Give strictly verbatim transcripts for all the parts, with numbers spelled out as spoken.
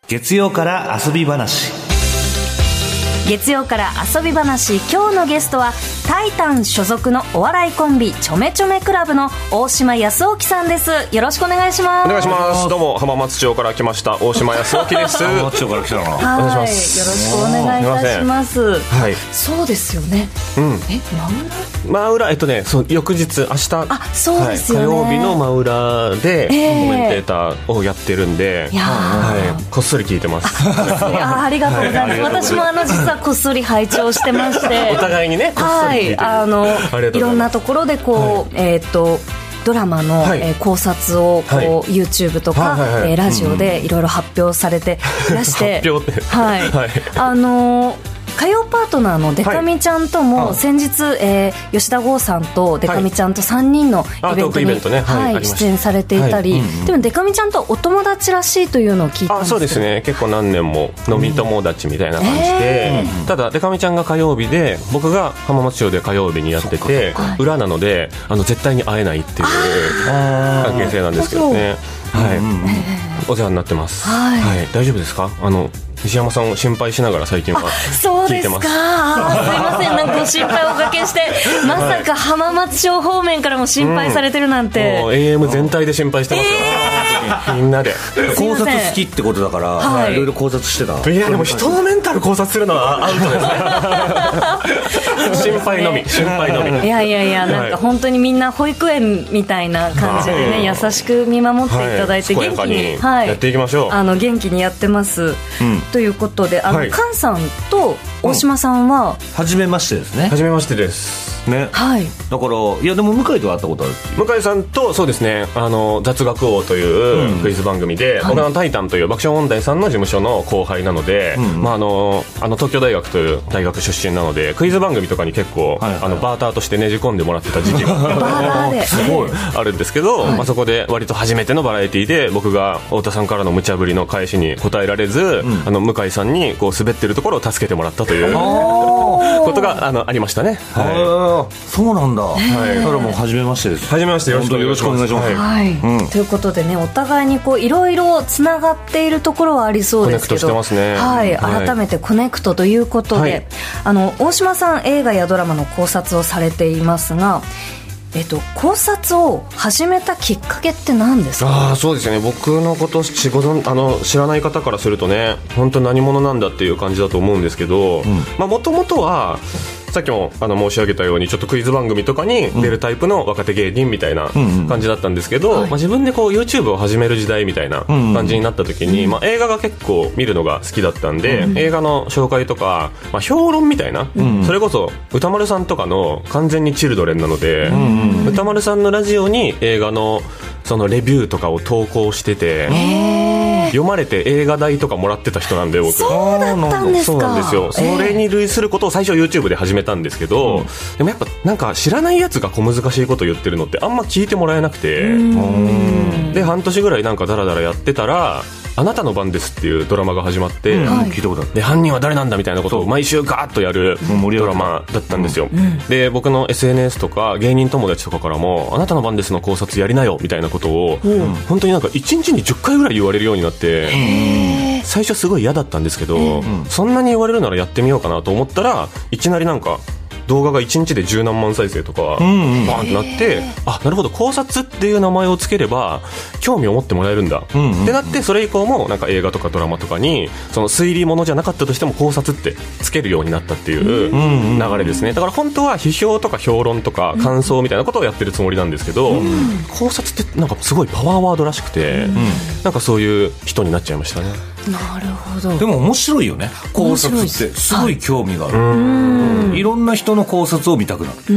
月曜から遊び話。 月曜から遊び話、今日のゲストはタイタン所属のお笑いコンビちょめちょめクラブの大島康興さんです。よろしくお願いします。 お願いします。どうも浜松町から来ました大島康興です。 浜松町から来たのかな。 はい、 お願いします。 よろしくお願いいたします。 はい、 そうですよね、うん、え真裏真裏えっとねそう翌日明日、 あ、そうですよね、 はい、火曜日の真裏でコメンテーターをやってるんで、 いや、 はい、こっそり聞いてます。 あ, ありがとうございます、はい、私もあの実はこっそり拝聴してましてお互いにねこっそり聞いてる、 はい、あのい, いろんなところでこう、はい、えー、っとドラマの、はい、えー、考察をこう、はい、YouTube とか、はいはいはい、えー、ラジオでいろいろ発表されていらして、 発表って、 はいはい、あのー火曜パートナーのデカミちゃんとも先日、はい、えー、吉田剛さんとデカミちゃんとさんにんのイベントに、はいね、はいはい、出演されていたり、はい、うんうん、でもデカミちゃんとお友達らしいというのを聞いたんですけど。あ、そうですね、結構何年も飲み友達みたいな感じで、えー、ただデカミちゃんが火曜日で僕が浜松町で火曜日にやってて、裏なのであの絶対に会えないっていう関係性なんですけどね、はい、うんうん、お世話になってます、はいはい、大丈夫ですか？あの西山さんを心配しながら最近は聞いてます。 そうですか。すいません、なんかご心配をおかけしてまさか浜松町方面からも心配されてるなんて、 うん、もう エーエム 全体で心配してますよ、えー、みんなで考察好きってことだから、はい、いろいろ考察してた。 いやでも人のメンタル考察するのはアウトですね。心配のみ心配のみ。 いやいやいや、なんか本当にみんな保育園みたいな感じでね、優しく見守っていただいて、 はい、 元気に、 はい、やっていきましょう。 あの元気にやってます、うん、ということで、あの、はい、菅さんと大島さんは、 うん、初めましてですね。 初めましてですね、 はい、 だからいやでも向井とは会ったことある。 向井さんとそうですね、あの雑学王というクイズ番組で、うん、僕のタイタンという爆笑問題さんの事務所の後輩なので、うん、まあ、あのあの東京大学という大学出身なのでクイズ番組とかに結構、はいはい、あのバーターとしてねじ込んでもらってた時期がすごいあるんですけど、はい、まあ、そこで割と初めてのバラエティで僕が太田さんからの無茶ぶりの返しに答えられず、うん、あの向井さんにこう滑ってるところを助けてもらったということが あ, のありましたね、 はい、そうなんだ、はい、だからもう初めましてです。 初めまして、よろしくお願いします。 はい、うん、ということでね、お互いにこういろいろつながっているところはありそうですけど、 コネクトしてますね、 はい、改めてコネクトということで、はい、あの大島さん映画やドラマの考察をされていますが、えっと、考察を始めたきっかけって何ですか？ あ、そうですね、僕のこと仕事あの知らない方からするとね、本当何者なんだっていう感じだと思うんですけど、もともとはさっきもあの申し上げたようにちょっとクイズ番組とかに出るタイプの若手芸人みたいな感じだったんですけど、うんうん、まあ、自分でこう YouTube を始める時代みたいな感じになった時に、うん、まあ、映画が結構見るのが好きだったんで、うん、映画の紹介とか、まあ、評論みたいな、うん、それこそ歌丸さんとかの完全にチルドレンなので、うん、歌丸さんのラジオに映画のそのレビューとかを投稿してて、読まれて映画代とかもらってた人なんで、僕。 そうだったんですか。 そうなんですよ。それに類することを最初 YouTube で始めたんですけど、うん、でもやっぱなんか知らないやつが小難しいこと言ってるのってあんま聞いてもらえなくて、で半年ぐらいなんかダラダラやってたら、あなたの番ですっていうドラマが始まって、うん、聞いたことある。で犯人は誰なんだみたいなことを毎週ガーッとやるドラマだったんですよ、うん、で僕の エスエヌエス とか芸人友達とかからも、あなたの番ですの考察やりなよみたいなことを、うん、本当になんかいちにちにじゅっかいぐらい言われるようになって、最初すごい嫌だったんですけど、うん、そんなに言われるならやってみようかなと思ったら、いきなりなんか動画がいちにちで十何万再生とかバーンってなって、あ、なるほど、考察っていう名前をつければ興味を持ってもらえるんだってなって、それ以降もなんか映画とかドラマとかにその推理物じゃなかったとしても考察ってつけるようになったっていう流れですね。だから本当は批評とか評論とか感想みたいなことをやってるつもりなんですけど、考察ってなんかすごいパワーワードらしくて、なんかそういう人になっちゃいましたね。 なるほど。 でも面白いよね、考察ってすごい興味がある、はい、いろんな人の考察を見たくなる、うん、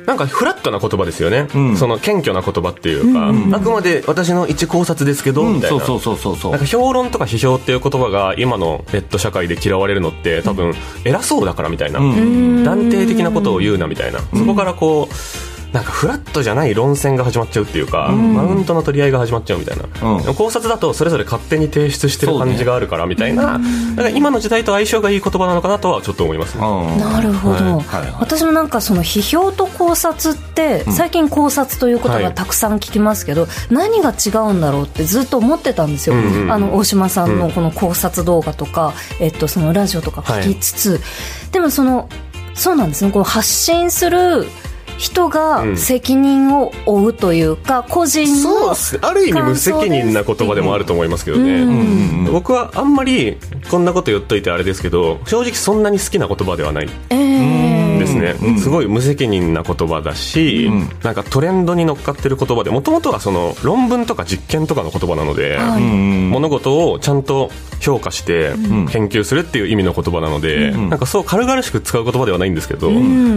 なんかフラットな言葉ですよね、うん、その謙虚な言葉っていうか、うん、あくまで私の一考察ですけど、うん、みたいな、 そうそうそうそう、 なんか評論とか批評っていう言葉が今のネット社会で嫌われるのって多分偉そうだからみたいな、うん、断定的なことを言うなみたいな、そこからこうなんかフラットじゃない論戦が始まっちゃうっていうか、うん、マウントの取り合いが始まっちゃうみたいな、うん、考察だとそれぞれ勝手に提出してる感じがあるからみたいな、ね、だから今の時代と相性がいい言葉なのかなとはちょっと思いますね。 なるほど、はいはいはい、私もなんかその批評と考察って最近考察という言葉たくさん聞きますけど、はい、何が違うんだろうってずっと思ってたんですよ、うんうん、あの大島さんのこの考察動画とか、うん、えっと、そのラジオとか聞きつつ、はい、でもそのそうなんですね、この発信する人が責任を負うというか、うん、個人のそうですね、ある意味無責任な言葉でもあると思いますけどね、うんうんうん、僕はあんまりこんなこと言っといてあれですけど、正直そんなに好きな言葉ではない、えー、ですね、うん、すごい無責任な言葉だし、うん、なんかトレンドに乗っかってる言葉で、もともとはその論文とか実験とかの言葉なので、はい、物事をちゃんと評価して研究するっていう意味の言葉なので、うん、なんかそう軽々しく使う言葉ではないんですけど、うん、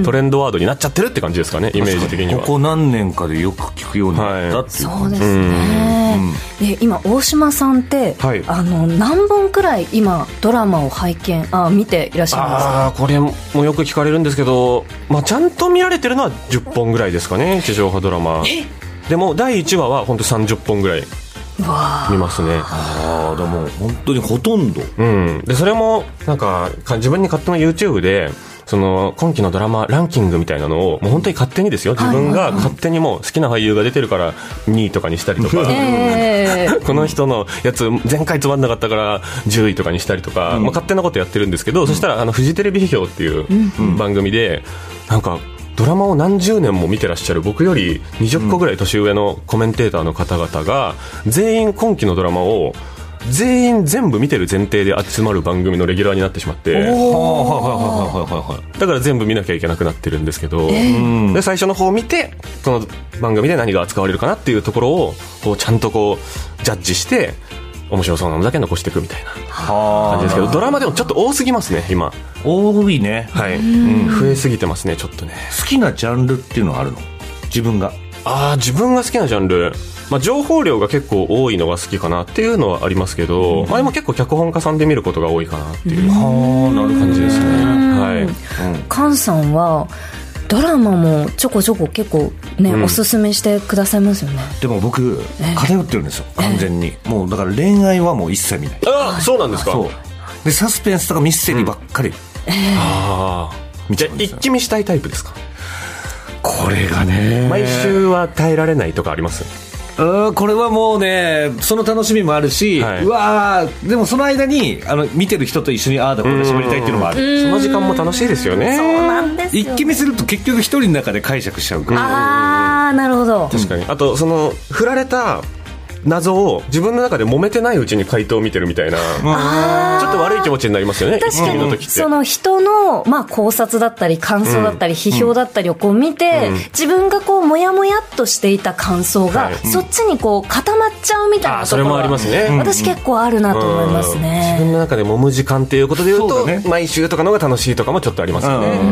トレンドワードになっちゃってるって感じですかね、イメージ的には。 ここ何年かでよく聞くようになったっていう、はい、 そうですね、うん、で今大島さんって、はい、あの何本くらい今ドラマを拝見あ見ていらっしゃいますか？ あこれもよく聞かれるんですけど、まあ、ちゃんと見られてるのはじゅっぽんぐらいですかね、地上波ドラマ。でもだいいちわは本当さんじゅっぽんぐらい見ますね。 あでも本当にほとんど、 うん、でそれもなんか自分に勝手な YouTube でその今期のドラマランキングみたいなのをもう本当に勝手にですよ、自分が勝手にもう好きな俳優が出てるからにいとかにしたりとか、えー、この人のやつ前回つまんなかったからじゅういとかにしたりとか、うん、まあ、勝手なことやってるんですけど、うん、そしたらあのフジテレビ批評っていう番組でなんかドラマを何十年も見てらっしゃる僕よりにじゅっこぐらい年上のコメンテーターの方々が全員今期のドラマを全員全部見てる前提で集まる番組のレギュラーになってしまって、だから全部見なきゃいけなくなってるんですけど、えー、で最初の方を見てその番組で何が扱われるかなっていうところをこうちゃんとこうジャッジして面白そうなのだけ残していくみたいな感じですけど、ドラマでもちょっと多すぎますね今。 多いね、 はい、うん、増えすぎてますねちょっとね。 好きなジャンルっていうのはあるの？自分があ自分が好きなジャンル、まあ、情報量が結構多いのが好きかなっていうのはありますけど、うん、まあ、でも結構脚本家さんで見ることが多いかなっていう感じですね。はい、うん、 菅さんはドラマもちょこちょこ結構ね、うん、おすすめしてくださいますよね。 でも僕偏ってるんですよ、えー、完全に、もうだから恋愛はもう一切見ない。 あ、そうなんですか。 そうでサスペンスとかミステリーばっかり、うん、 えー、 あじゃあ一気見したいタイプですか？ これがね毎週は耐えられないとかあります？ うん、これはもうねその楽しみもあるし、はい、うわでもその間にあの見てる人と一緒にああだこうだ喋りたいっていうのもある。 その時間も楽しいですよね。 そうなんですよ。 一気見すると結局一人の中で解釈しちゃうから。 ああなるほど。 確かに。あとその振られた謎を自分の中で揉めてないうちに回答を見てるみたいな、ちょっと悪い気持ちになりますよね。 確かにその人の、まあ、考察だったり感想だったり、うん、批評だったりをこう見て、うん、自分がこうモヤモヤっとしていた感想が、はい、そっちにこう固まっちゃうみたいなところは、あ、それもありますね。私結構あるなと思いますね、 うん、自分の中で揉む時間っていうことでいうと、ね、毎週とかのが楽しいとかもちょっとありますよね。うん、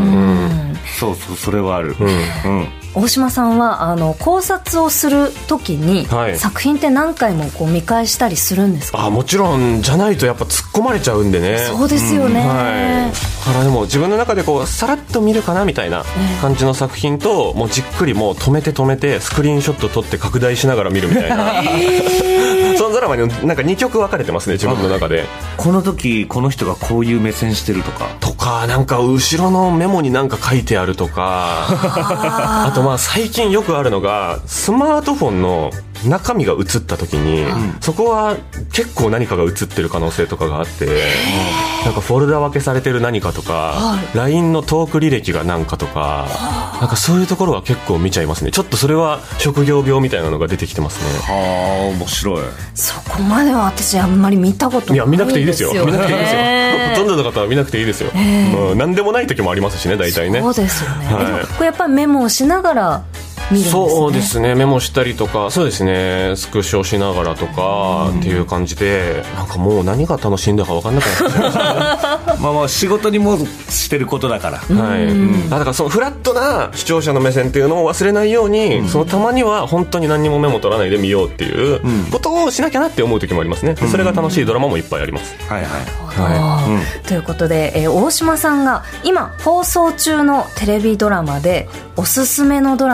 うん、そうそうそれはある、うんうん、 大島さんはあの考察をするときに、はい、作品って何回もこう見返したりするんですか？ あ、もちろんじゃないとやっぱ突っ込まれちゃうんでね。 そうですよね、うん、はい、 だからでも自分の中でこうさらっと見るかなみたいな感じの作品と、もうじっくりもう止めて止めてスクリーンショット撮って拡大しながら見るみたいな、えー、そのドラマになんかにきょく分かれてますね自分の中で。 この時この人がこういう目線してるとかとか、なんか後ろのメモになんか書いてあるとかあとまあ最近よくあるのがスマートフォンの中身が映った時に、うん、そこは結構何かが映ってる可能性とかがあって、なんかフォルダ分けされてる何かとか、はい、ライン のトーク履歴が何かとか、なんかそういうところは結構見ちゃいますね。ちょっとそれは職業病みたいなのが出てきてますね。 はあ、面白い。 そこまでは私あんまり見たことないですよ。 いや見なくていいですよ。見なくていいですよ。ほとんどの方は見なくていいですよ。うん、何でもない時もありますしね、大体ね。 そうですよね、はい、でもこれやっぱりメモをしながら見るんですね。 そうですね、メモしたりとか、そうですね、スクショしながらとかっていう感じで、なんかもう何が楽しいんだか分かんなくなっちゃいましたねまあまあ仕事にもしてることだから、 はい、うん、だからそのフラットな視聴者の目線っていうのを忘れないように、うん、そのたまには本当に何にもメモ取らないで見ようっていうことをしなきゃなって思う時もありますね。それが楽しいドラマもいっぱいあります、うん、はいはい、 はい、うん、ということで、えー、大島さんが今放送中のテレビドラマでおすすめのドラマって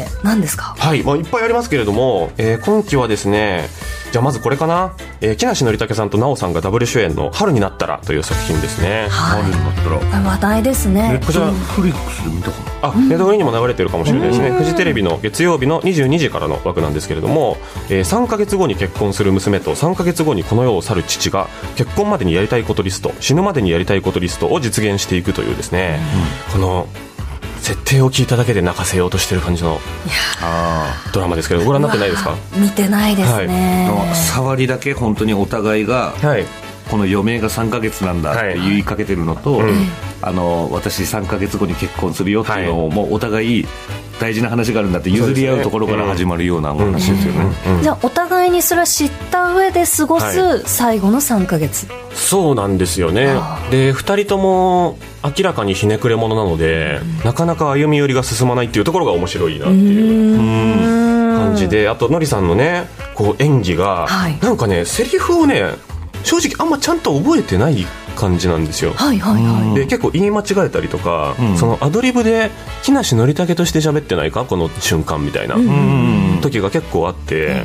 って何ですか？ はい、まあ、いっぱいありますけれども、えー、今期はですね、じゃあまずこれかな、えー、木梨憲武さんと奈緒さんがダブル主演の春になったらという作品ですね。 はい、 春になったらこれ話題ですね。 こちらフリックスで見たかな。 あ、ネットフリにも流れてるかもしれないですね。フジテレビの月曜日のにじゅうにじからの枠なんですけれども、えー、さんかげつごに結婚する娘とさんかげつごにこの世を去る父が結婚までにやりたいことリスト、死ぬまでにやりたいことリストを実現していくというですね、うん、この設定を聞いただけで泣かせようとしてる感じのドラマですけど、ご覧になってないですか？ 見てないですね、 はい、触りだけ本当にお互いが、はい、この余命がさんかげつなんだって言いかけてるのと、はい、うん、あの私さんかげつごに結婚するよっていうのを、はい、もうお互い大事な話があるんだって譲り合うところから始まるようなお話ですよね。 じゃあお互いにそれは知った上で過ごす最後のさんかげつ、 はい、そうなんですよね。でふたりとも明らかにひねくれ者なので、うん、なかなか歩み寄りが進まないっていうところが面白いなっていう感じで、あとのりさんのねこう演技が、はい、なんかねセリフをね正直あんまちゃんと覚えてない感じなんですよ。 はいはいはい。 で結構言い間違えたりとか、うん、そのアドリブで木梨憲武として喋ってないかこの瞬間みたいな時が結構あって、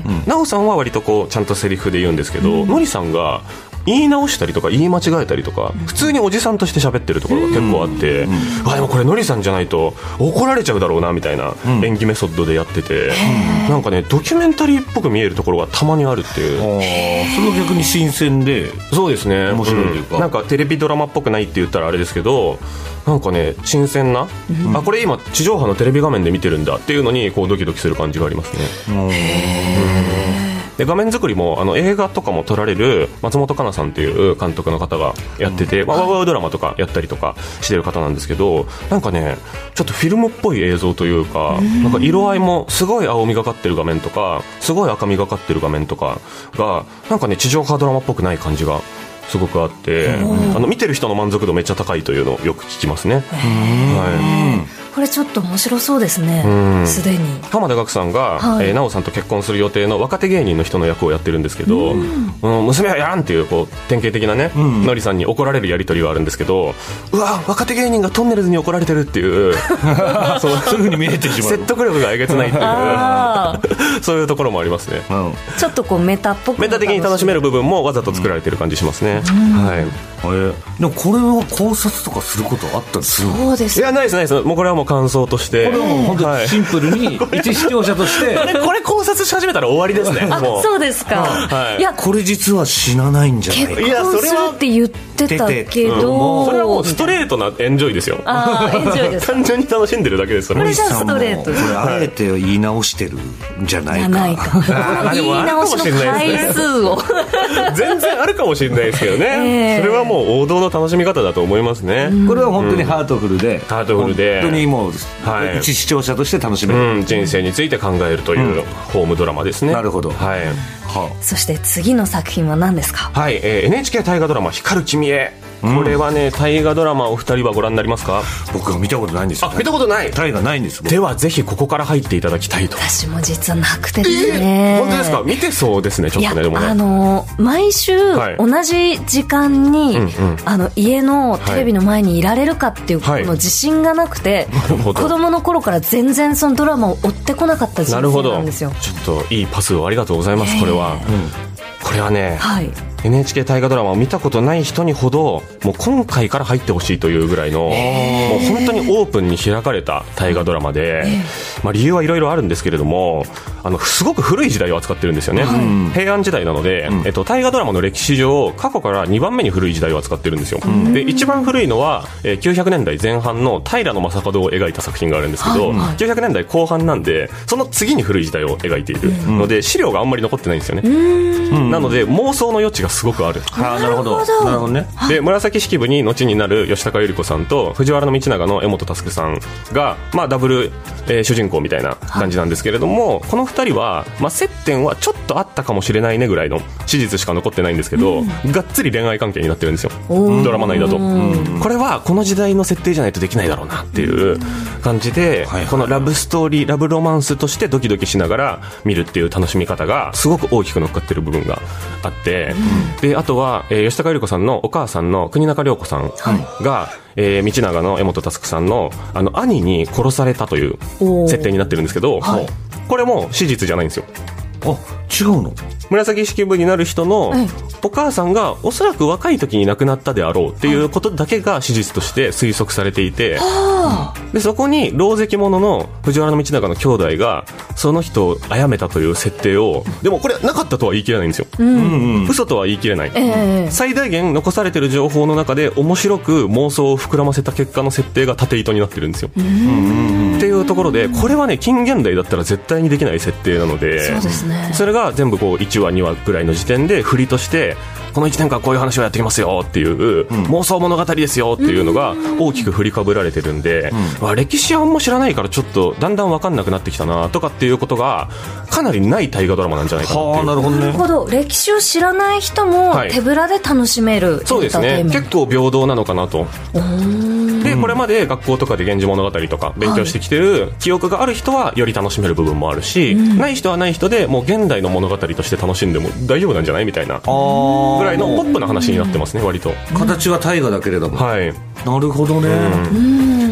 うん、奈緒さんは割とこうちゃんとセリフで言うんですけど、のり、うん、さんが言い直したりとか言い間違えたりとか、普通におじさんとして喋ってるところが結構あって、うんうん、あでもこれのりさんじゃないと怒られちゃうだろうなみたいな演技メソッドでやってて、うん、なんかねドキュメンタリーっぽく見えるところがたまにあるっていう。 それが逆に新鮮で、 そうですね、 面白いというか、 うん、なんかテレビドラマっぽくないって言ったらあれですけど、なんかね新鮮な、うん、あこれ今地上波のテレビ画面で見てるんだっていうのにこうドキドキする感じがありますね。へー。で画面作りもあの映画とかも撮られる松本香奈さんっていう監督の方がやってて、うん、まあ、ワウワウドラマとかやったりとかしてる方なんですけど、なんかねちょっとフィルムっぽい映像というか、うん、なんか色合いもすごい青みがかってる画面とかすごい赤みがかってる画面とかがなんかね地上波ドラマっぽくない感じがすごくあって、うん、あの見てる人の満足度めっちゃ高いというのをよく聞きますね。はい、 これちょっと面白そうですね。すでに浜田岳さんが、はい、えー、奈緒さんと結婚する予定の若手芸人の人の役をやってるんですけど、うんうん、娘はやらんっていう、こう典型的なね、うん、のりさんに怒られるやり取りがあるんですけど、うわ若手芸人がトンネルズに怒られてるっていうそういう風に見えてしまう、 説得力がえげつないっていうそういうところもありますね、うん、 ちょっとこうメタっぽくメタ的に楽しめる部分もわざと作られてる感じしますね、うん、はい。 えー、でもこれは考察とかすることあったんですか？ そうです、 いやないですないです。もうこれはもう感想としてこれはもう本当にシンプルに一視聴者としてこれ、これ考察し始めたら終わりですね。 あ、そうですか、 はい、いやこれ実は死なないんじゃないか、 結婚するって言ってたけど、 うん、それはもうストレートなエンジョイですよ。 あエンジョイです単純に楽しんでるだけです。 これじゃストレート、 これあえて言い直してるんじゃないか、ないかこの言い直しの回数を全然あるかもしれないですけどね、えー、それはもう王道の楽しみ方だと思いますね。 これは本当にハートフルで、うん、 ハートフルで本当にもう、はい、一視聴者として楽しめる、 うん、人生について考えるというホームドラマですね。 なるほど、 はい。 はあ、そして次の作品は何ですか？ はい、えー、エヌエイチケー 大河ドラマ光る君へ。これはね、大河ドラマお二人はご覧になりますか？ 僕は見たことないんですよ、ね、 あ、見たことない。 大河ないんです。 ではぜひここから入っていただきたいと。 私も実はなくてですね、 えー、本当ですか？見てそうですね、ちょっとね。でもね、 あの毎週同じ時間に、はい、あの家のテレビの前にいられるかっていうこの自信がなくて、はい、子供の頃から全然そのドラマを追ってこなかった人生なんですよ。 ちょっといいパスをありがとうございます、えー、これは、うん、これはね、はい、エヌエイチケー 大河ドラマを見たことない人にほどもう今回から入ってほしいというぐらいの、もう本当にオープンに開かれた大河ドラマで、まあ、理由はいろいろあるんですけれども、あのすごく古い時代を扱ってるんですよね、はい、平安時代なので、うん、えっと、大河ドラマの歴史上過去からにばんめに古い時代を扱ってるんですよ、うん、で一番古いのは、えー、きゅうひゃくねんだいぜん半の平将門を描いた作品があるんですけど、はい、きゅうひゃくねんだいこう半なんでその次に古い時代を描いているので、資料があんまり残ってないんですよね、うん、なので妄想の余地がすごくある。 あ、なるほど、なるほどね。 で紫式部に後になる吉高由里子さんと藤原道長の江本佑さんが、まあ、ダブル、えー、主人公みたいな感じなんですけれども、このふたりは、まあ、接点はちょっとあったかもしれないねぐらいの史実しか残ってないんですけど、うん、がっつり恋愛関係になってるんですよ、ドラマ内だと。これはこの時代の設定じゃないとできないだろうなっていう感じで、はいはい、このラブストーリーラブロマンスとしてドキドキしながら見るっていう楽しみ方がすごく大きく乗っかってる部分があって、 であとは、えー、吉高由里子さんのお母さんの国中涼子さんが、はいえー、道長の江本佑さんのあの兄に殺されたという設定になってるんですけど、はい、これも史実じゃないんですよ。 あ、違うの？ 紫式部になる人のお母さんがおそらく若い時に亡くなったであろうっていうことだけが史実として推測されていて、はあ、でそこに狼藉者の藤原道長の兄弟がその人を殺めたという設定を、でもこれなかったとは言い切れないんですよ、うん、嘘とは言い切れない、えー、最大限残されている情報の中で面白く妄想を膨らませた結果の設定が縦糸になってるんですよ、うん、っていうところでこれはね近現代だったら絶対にできない設定なので、 そうですね、 それが全部こういちわにわぐらいの時点で振りとしてこのいちねんかんこういう話をやってきますよっていう、うん、妄想物語ですよっていうのが大きく振りかぶられてるんで、うんまあ、歴史はあんま知らないからちょっとだんだん分かんなくなってきたなとかっていうことがかなりない大河ドラマなんじゃないかなっていう。はあ、なるほどね。 なるほど。歴史を知らない人も手ぶらで楽しめる、はい、 そうですね。結構平等なのかなと。でこれまで学校とかで源氏物語とか勉強してきてる記憶がある人はより楽しめる部分もあるし、うん、ない人はない人でもう現代の物語として楽しんでも大丈夫なんじゃないみたいなぐらいのポップな話になってますね。割と形は大河だけれども、はい、なるほどね、うん、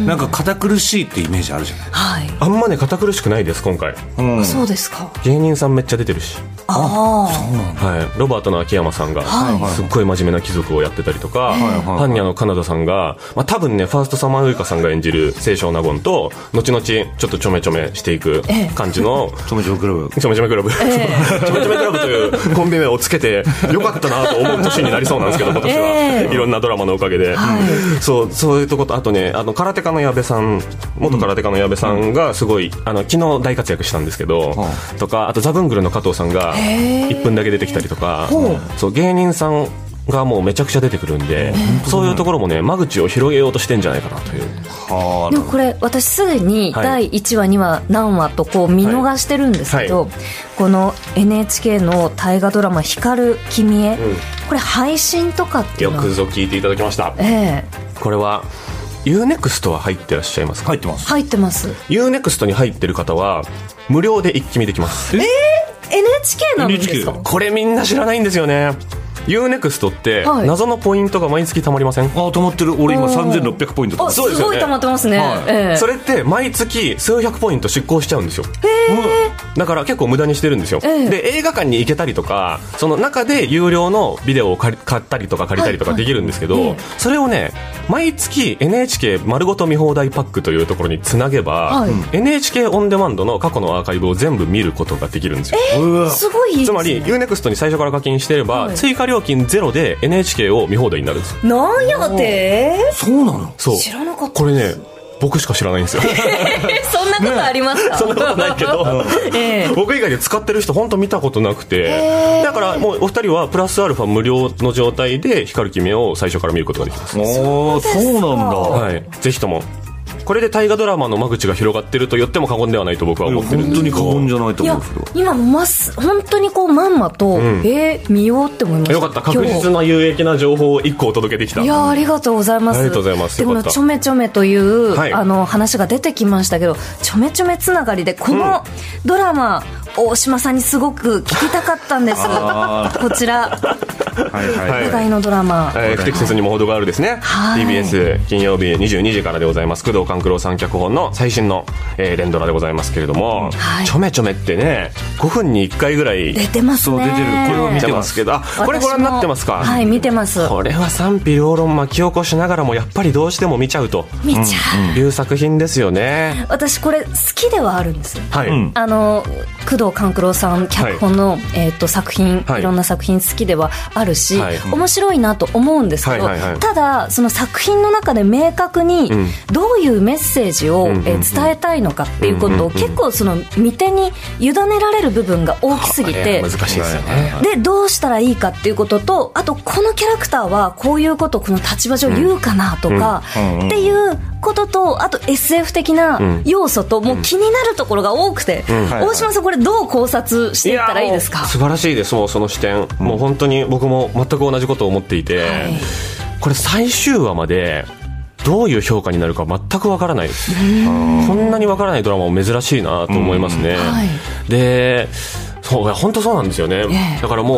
なんか堅苦しいってイメージあるじゃない、 はい、あんまね堅苦しくないです今回、 うん、そうですか。 芸人さんめっちゃ出てるし、 ああそうなんだ、 はい、ロバートの秋山さんがすっごい真面目な貴族をやってたりとか、はい、ハンニャのカナダさんが、まあ、多分ねファーストサマーウイカさんが演じる清少納言と後々ちょっとちょめちょめしていく感じの、 ちょめちょめクラブちょめちょめクラブ、えー、ちょめちょめクラブというコンビ名をつけてよかったなと思う年になりそうなんですけど今年は、えー、いろんなドラマのおかげで、はい、そうそういうとことあとねあの空手家の矢部さん元空手家の矢部さんがすごいあの昨日大活躍したんですけど、うん、とかあとザブングルの加藤さんがいっぷんだけ出てきたりとか、そう芸人さんがもうめちゃくちゃ出てくるんで、そういうところもね間口を広げようとしてんじゃないかなという。 はでもこれ私すぐにだいいちわにわ何話とこう見逃してるんですけど、はいはい、この エヌエイチケー の大河ドラマ光る君へ、うん、これ配信とかっていうのはよくぞ聞いていただきました、えー、これは ユーネクスト は入ってらっしゃいますか？ 入ってます入ってます。 ユーネクスト に入ってる方は無料で一気見できます。 えー、エヌエイチケー なんですか？ これみんな知らないんですよね。ユーネクスト って謎のポイントが毎月貯まりません？ ああ、貯まってる。俺今さんぜんろっぴゃくポイント。 あ、すごい貯まってますね、はいえー、それって毎月数百ポイント失効しちゃうんですよ。 へー、 だから結構無駄にしてるんですよ、えー、で映画館に行けたりとかその中で有料のビデオを買ったりとか借りたりとかできるんですけど、はいはいえー、それをね毎月 エヌエイチケー 丸ごと見放題パックというところにつなげば、はい、エヌエイチケー オンデマンドの過去のアーカイブを全部見ることができるんですよ。 えー、すごいいいですね。 つまり ユーネクスト に最初から課金してれば、はい、追加料金ゼロで エヌエイチケー を見放題になるんです。 なんやってそうなの？ そう知らなかった。 これね僕しか知らないんですよそんなことありますか？ そんなことないけど、えー、僕以外で使ってる人本当見たことなくて、だからもうお二人はプラスアルファ無料の状態で光る君を最初から見ることができます。 おー、そうなんだ、 はい、ぜひともこれで大河ドラマの間口が広がってると言っても過言ではないと僕は思ってるんですけど、 本当に過言じゃないと思う。 いや今ます本当にこうまんまと、うん、えー、見ようって思いました。 よかった。確実な有益な情報をいっこお届けできた。 いやありがとうございます。 ありがとうございます。 でもちょめちょめという、はい、あの話が出てきましたけど、ちょめちょめつながりでこのドラマ、うん、大島さんにすごく聞きたかったんですこちらはいはい、話題のドラマ、 えー、不適切にも程があるですね、はい、ティービーエス 金曜日にじゅうにじからでございます。工藤官九郎さん脚本の最新の、えー、連ドラでございますけれども、はい、ちょめちょめってねごふんにいっかいぐらい出てますね。 そう出てる。これは見てますけど、あこれご覧になってますか？ はい見てます。 これは賛否両論巻き起こしながらもやっぱりどうしても見ちゃうと見ちゃう、 うん、いう作品ですよね。 私これ好きではあるんですよ、 はい、 あの工藤官九郎さん脚本の、はいえー、と作品、はい、いろんな作品好きではあるし、はい、面白いなと思うんですけど、はいはいはい、ただその作品の中で明確にどういうメッセージを、うん、えー、伝えたいのかっていうことを結構その見手に委ねられる部分が大きすぎて、 難しいですよね。 でどうしたらいいかっていうことと、あとこのキャラクターはこういうことをこの立場上言うかなとか、うん、っていうことと、あと エスエフ 的な要素と、もう気になるところが多くて、うんうん、大島さんこれどう考察していったらいいですか？ 素晴らしいです。もうその視点、うん、もう本当に僕も全く同じことを思っていて、はい、これ最終話までどういう評価になるか全くわからないです。こんなにわからないドラマも珍しいなと思いますね、うんはい、でそう本当そうなんですよね、えー、だからもう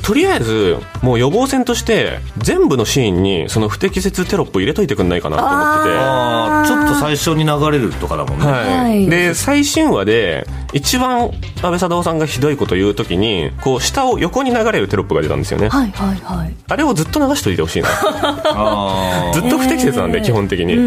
とりあえずもう予防線として全部のシーンにその不適切テロップ入れといてくんないかなと思ってて、 ああちょっと最初に流れるとかだもんね、 はいはい、で最新話で一番安倍貞夫さんがひどいこと言うときにこう下を横に流れるテロップが出たんですよね、 はいはいはい、 あれをずっと流しといてほしいなあずっと不適切なんで、えー、基本的に、うん、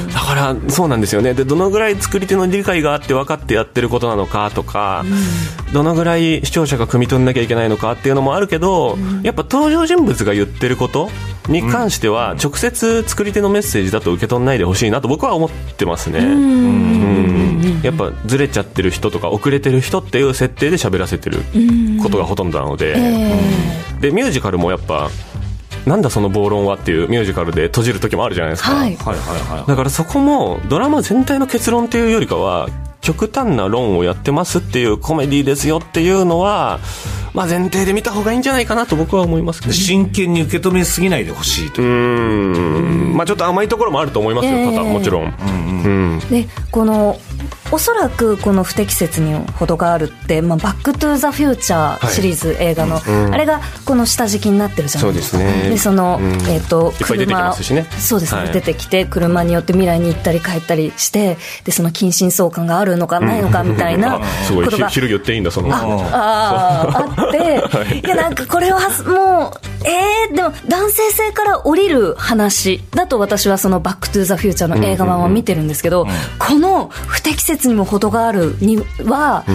だからそうなんですよね。でどのぐらい作り手の理解があって分かってやってることなのかとか、うん、どのぐらい視聴者が汲み取んなきゃいけないのかっていうのもあるけど、うん、やっぱ登場人物が言ってることに関しては直接作り手のメッセージだと受け取んないでほしいなと僕は思ってますね。うんうんやっぱずれちゃってる人とか遅れてる人っていう設定で喋らせてることがほとんどなので、うん、でミュージカルもやっぱなんだその暴論はっていうミュージカルで閉じる時もあるじゃないですか、はいはいはいはい、だからそこもドラマ全体の結論っていうよりかは極端な論をやってますっていうコメディですよっていうのは、まあ、前提で見た方がいいんじゃないかなと僕は思いますけど、 真剣に受け止めすぎないでほしいという、うーん、まあ、ちょっと甘いところもあると思いますよ、えー、もちろん、うんうん、 でこのおそらくこの不適切に程があるって、まあ、バックトゥーザフューチャーシリーズ、はい、映画の、うん、あれがこの下敷きになってるじゃないですか。そうですね。でその、うんえー、といっぱい出てきますしね。 そうですね、 はい、 出てきて車によって未来に行ったり帰ったりしてでその近親相関があるのかないのかみたいなことが、 うん、昼言っていいんだそのあああって、はい、いやなんかこれはもうえー、でも男性性から降りる話だと私はそのバックトゥーザフューチャーの映画版を見てるんですけど、うんうんうん、この不適切にも程があるには、うん、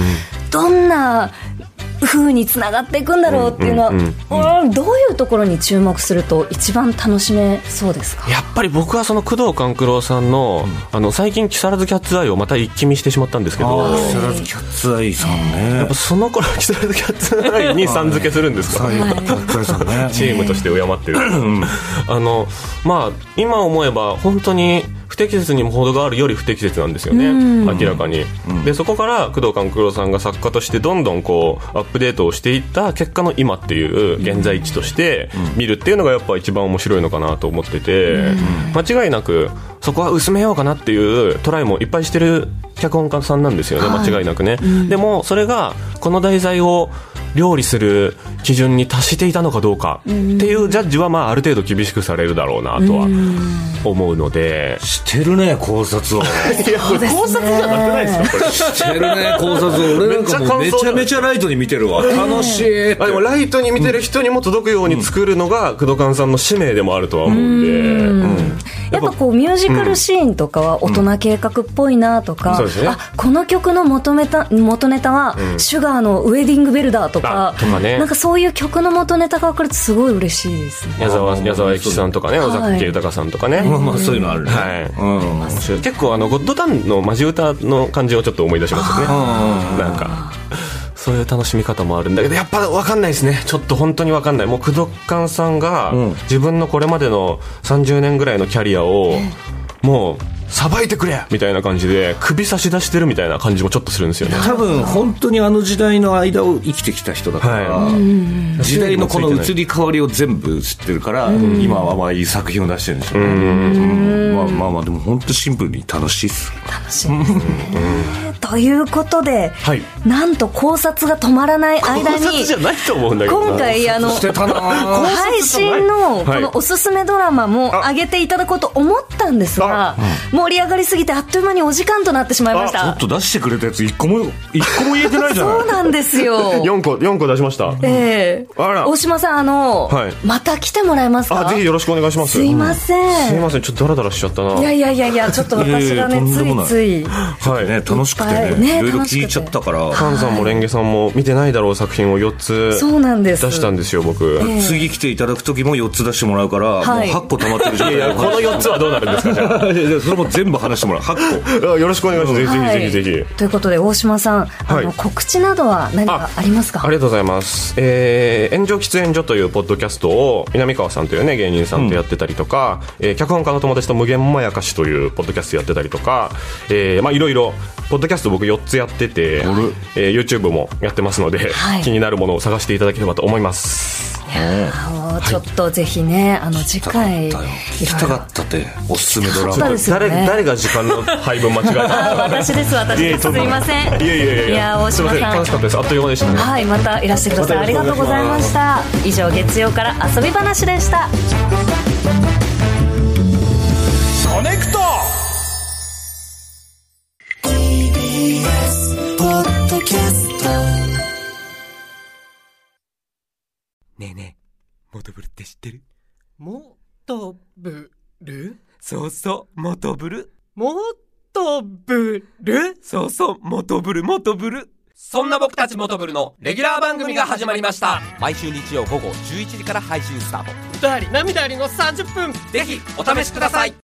どんな風につながっていくんだろうっていうのは、うんうんうんうん、どういうところに注目すると一番楽しめそうですか。 やっぱり僕はその工藤官九郎さん の,、うん、あの最近木更津キャッツアイをまた一気見してしまったんですけど、 木更津キャッツアイさんね、 やっぱその頃木更津キャッツアイにさん付けするんですか、はいはい、チームとして敬ってるあの、まあ、今思えば本当に不適切にも程があるより不適切なんですよね、明らかに、うん、でそこから工藤官九郎さんが作家としてどんどんこうアップデートをしていった結果の今っていう現在地として見るっていうのがやっぱ一番面白いのかなと思ってて、うん、間違いなくそこは薄めようかなっていうトライもいっぱいしてる脚本家さんなんですよね、はい、間違いなくね、うん、でもそれがこの題材を料理する基準に達していたのかどうかっていうジャッジはまあある程度厳しくされるだろうなとは思うので、 してるね考察をいやこれ考察じゃなくないですかこれしてるね考察を俺なんかもうめちゃめちゃライトに見てるわ、楽しいって。 あでもライトに見てる人にも届くように作るのが工藤官さんの使命でもあるとは思うんで、うんうん、 やっぱこうミュージカルシーンとかは大人計画っぽいなとか、うんうん、あこの曲の元ネタ、元ネタはシュガーのウェディングベルだとか、とかね、なんかそういう曲の元ネタが分かるとすごい嬉しいですね。 矢沢矢沢永吉さんとかね、尾崎豊さんとかね、 まあまあそういうのあるね、 はい、うん、結構あのゴッドタンのマジ歌の感じをちょっと思い出しますよね。なんかそういう楽しみ方もあるんだけどやっぱ分かんないですね。ちょっと本当に分かんない。もう工藤官さんが自分のこれまでのさんじゅうねんぐらいのキャリアをもうさばいてくれみたいな感じで首差し出してるみたいな感じもちょっとするんですよね。 多分本当にあの時代の間を生きてきた人だから、はい、時代のこの移り変わりを全部知ってるから、今はまあいい作品を出してるんでしょうね。うんまあまあまあでも本当シンプルに楽しいっす。 楽しいですねということで、はい、なんと考察が止まらない間に考察じゃないと思うんだけど今回あの配信のこのおすすめドラマも上げていただこうと思ったんですが、盛り上がりすぎてあっという間にお時間となってしまいました。 ちょっと出してくれたやついっこもいっこも言えてないじゃないそうなんですよよんこよんこ出しました、 えー、あら大島さんあの、はい、また来てもらえますか。 あぜひよろしくお願いします。 すいません、 うん、すいませんちょっとダラダラしちゃったな。 いやいやいやいやちょっと私がねついついはいね楽しくてね、ねいろいろ聞いちゃったから、 カンさんもレンゲさんも見てないだろう作品をよっつそうなんです出したんですよ僕、えー、次来ていただく時もよっつ出してもらうから、はい、もうはっこ溜まってる状態。いやこのよっつはどうなるんですかじゃあそれも全部話してもらうはっこよろしくお願いします、はい、ぜひぜひぜひ。 ということで大島さん、はい、あの告知などは何かありますか。 あ, ありがとうございます、えー、炎上喫煙所というポッドキャストを南川さんという、ね、芸人さんとやってたりとか、うんえー、脚本家の友達と無限まやかしというポッドキャストやってたりとか、えーまあ、いろいろポッドキャスト僕よっつやってて、えー、YouTube もやってますので、はい、気になるものを探していただければと思います。 いやちょっとぜひね、あの次回行きたかったっておすすめドラマ、 ね、 誰, 誰が時間の配分間違えた私です私ですすいません。 いやいやいやいや大島さん楽しかったです。あっという間でしたね。 はい、またいらしてください。ありがとうございました。以上月曜から遊び話でした。 コネクト ティービーエス ポッドキャスト。 ねえねえ、モトブルって知ってる？ モトブル？ そうそう、モトブル。 モトブル？ そうそう、モトブルモトブル。そんな僕たちモトブルのレギュラー番組が始まりました。毎週日曜午後じゅういちじから配信スタート。 歌あり涙ありのさんじゅっぷん、 ぜひお試しください。